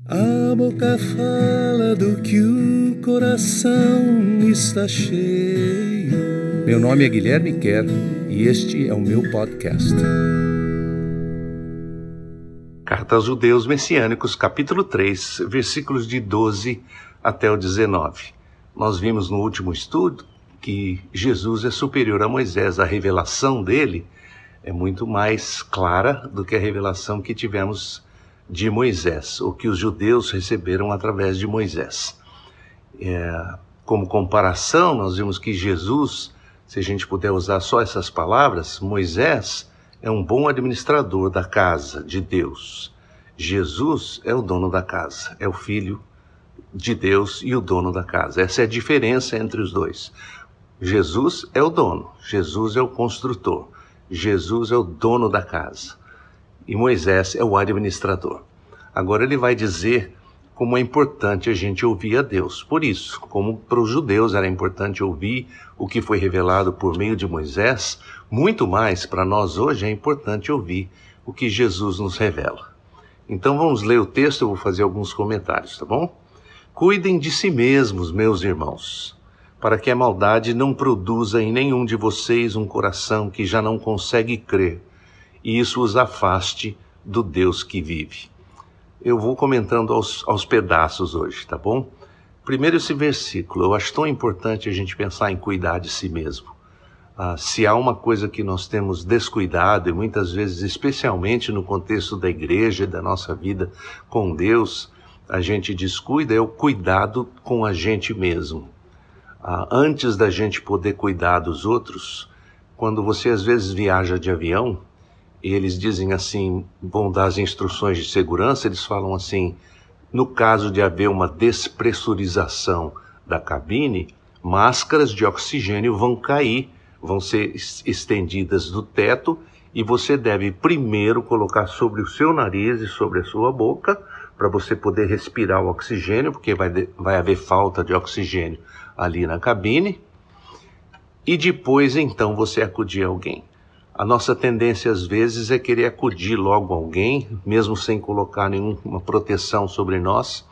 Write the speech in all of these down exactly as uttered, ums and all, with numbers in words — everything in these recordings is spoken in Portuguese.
A boca fala do que o coração está cheio. Meu nome é Guilherme Kerr e este é o meu podcast. Carta aos Judeus Messiânicos, capítulo três, versículos de doze até o dezenove. Nós vimos no último estudo que Jesus é superior a Moisés. A revelação dele é muito mais clara do que a revelação que tivemos de Moisés, o que os judeus receberam através de Moisés. É, como comparação, nós vimos que Jesus, se a gente puder usar só essas palavras, Moisés é um bom administrador da casa de Deus. Jesus é o dono da casa, é o filho de Deus e o dono da casa. Essa é a diferença entre os dois. Jesus é o dono, Jesus é o construtor, Jesus é o dono da casa. E Moisés é o administrador. Agora ele vai dizer como é importante a gente ouvir a Deus. Por isso, como para os judeus era importante ouvir o que foi revelado por meio de Moisés, muito mais para nós hoje é importante ouvir o que Jesus nos revela. Então vamos ler o texto, eu vou fazer alguns comentários, tá bom? Cuidem de si mesmos, meus irmãos, para que a maldade não produza em nenhum de vocês um coração que já não consegue crer, e isso os afaste do Deus que vive. Eu vou comentando aos, aos pedaços hoje, tá bom? Primeiro esse versículo, eu acho tão importante a gente pensar em cuidar de si mesmo. Ah, se há uma coisa que nós temos descuidado, e muitas vezes, especialmente no contexto da igreja e da nossa vida com Deus, a gente descuida, é o cuidado com a gente mesmo. Ah, antes da gente poder cuidar dos outros, quando você às vezes viaja de avião, e eles dizem assim, vão dar as instruções de segurança, eles falam assim, no caso de haver uma despressurização da cabine, máscaras de oxigênio vão cair, vão ser estendidas do teto e você deve primeiro colocar sobre o seu nariz e sobre a sua boca para você poder respirar o oxigênio, porque vai, de, vai haver falta de oxigênio ali na cabine, e depois então você acudir a alguém. A nossa tendência às vezes é querer acudir logo a alguém, mesmo sem colocar nenhuma proteção sobre nós.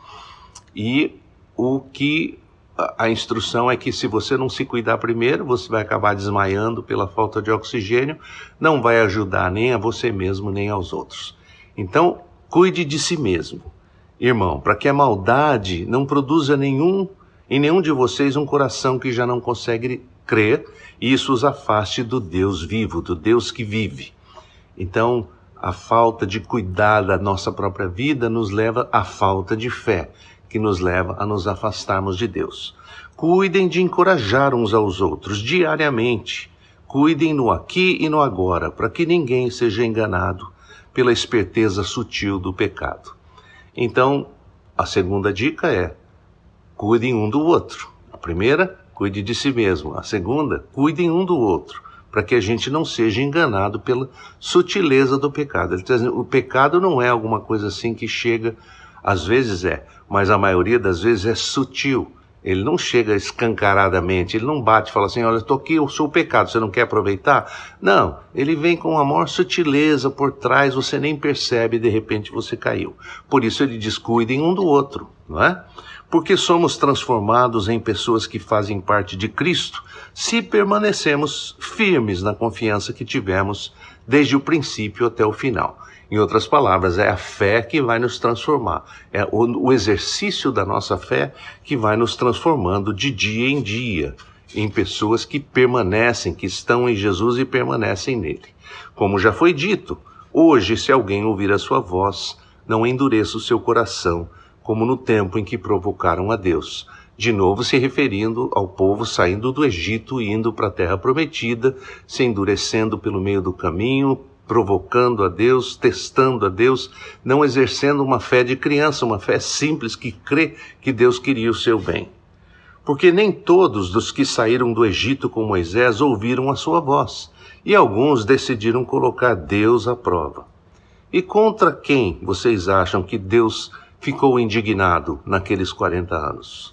E o que a instrução é que se você não se cuidar primeiro, você vai acabar desmaiando pela falta de oxigênio, não vai ajudar nem a você mesmo, nem aos outros. Então, cuide de si mesmo, irmão, para que a maldade não produza nenhum, em nenhum de vocês um coração que já não consegue crer, e isso os afaste do Deus vivo, do Deus que vive. Então, a falta de cuidar da nossa própria vida nos leva à falta de fé, que nos leva a nos afastarmos de Deus. Cuidem de encorajar uns aos outros diariamente. Cuidem no aqui e no agora, para que ninguém seja enganado pela esperteza sutil do pecado. Então, a segunda dica é, cuidem um do outro. A primeira, cuide de si mesmo. A segunda, cuidem um do outro, para que a gente não seja enganado pela sutileza do pecado. Ele está dizendo, o pecado não é alguma coisa assim que chega, às vezes é, mas a maioria das vezes é sutil. Ele não chega escancaradamente, ele não bate e fala assim, olha, estou aqui, eu sou o pecado, você não quer aproveitar? Não, ele vem com a maior sutileza por trás, você nem percebe, de repente você caiu. Por isso ele diz, cuidem um do outro, não é? Porque somos transformados em pessoas que fazem parte de Cristo se permanecemos firmes na confiança que tivemos desde o princípio até o final. Em outras palavras, é a fé que vai nos transformar, é o, o exercício da nossa fé que vai nos transformando de dia em dia em pessoas que permanecem, que estão em Jesus e permanecem nele. Como já foi dito, hoje, se alguém ouvir a sua voz, não endureça o seu coração, como no tempo em que provocaram a Deus. De novo se referindo ao povo saindo do Egito e indo para a terra prometida, se endurecendo pelo meio do caminho, provocando a Deus, testando a Deus, não exercendo uma fé de criança, uma fé simples que crê que Deus queria o seu bem. Porque nem todos dos que saíram do Egito com Moisés ouviram a sua voz, e alguns decidiram colocar Deus à prova. E contra quem vocês acham que Deus ficou indignado naqueles quarenta anos?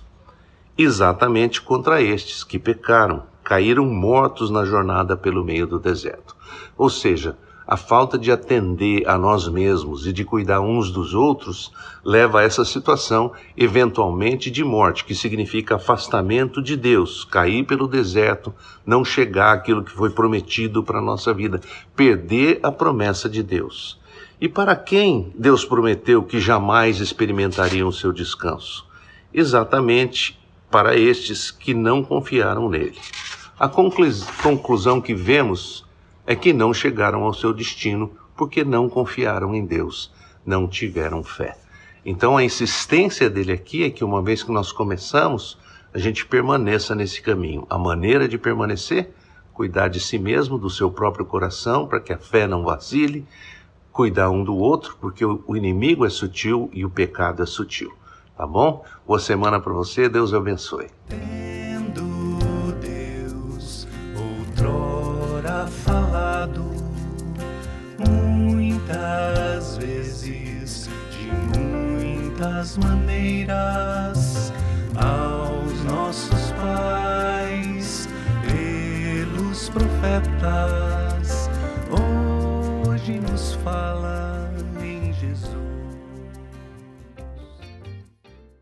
Exatamente contra estes que pecaram, caíram mortos na jornada pelo meio do deserto. Ou seja, A falta de atender a nós mesmos e de cuidar uns dos outros leva a essa situação, eventualmente, de morte, que significa afastamento de Deus, cair pelo deserto, não chegar àquilo que foi prometido para a nossa vida, perder a promessa de Deus. E para quem Deus prometeu que jamais experimentariam o seu descanso? Exatamente para estes que não confiaram nele. A conclusão que vemos é que não chegaram ao seu destino porque não confiaram em Deus, não tiveram fé. Então a insistência dele aqui é que uma vez que nós começamos, a gente permaneça nesse caminho. A maneira de permanecer, cuidar de si mesmo, do seu próprio coração, para que a fé não vacile, cuidar um do outro, porque o inimigo é sutil e o pecado é sutil. Tá bom? Boa semana para você, Deus abençoe. Tendo Deus outrora falado, muitas vezes, de muitas maneiras, aos nossos pais, pelos profetas, hoje nos fala.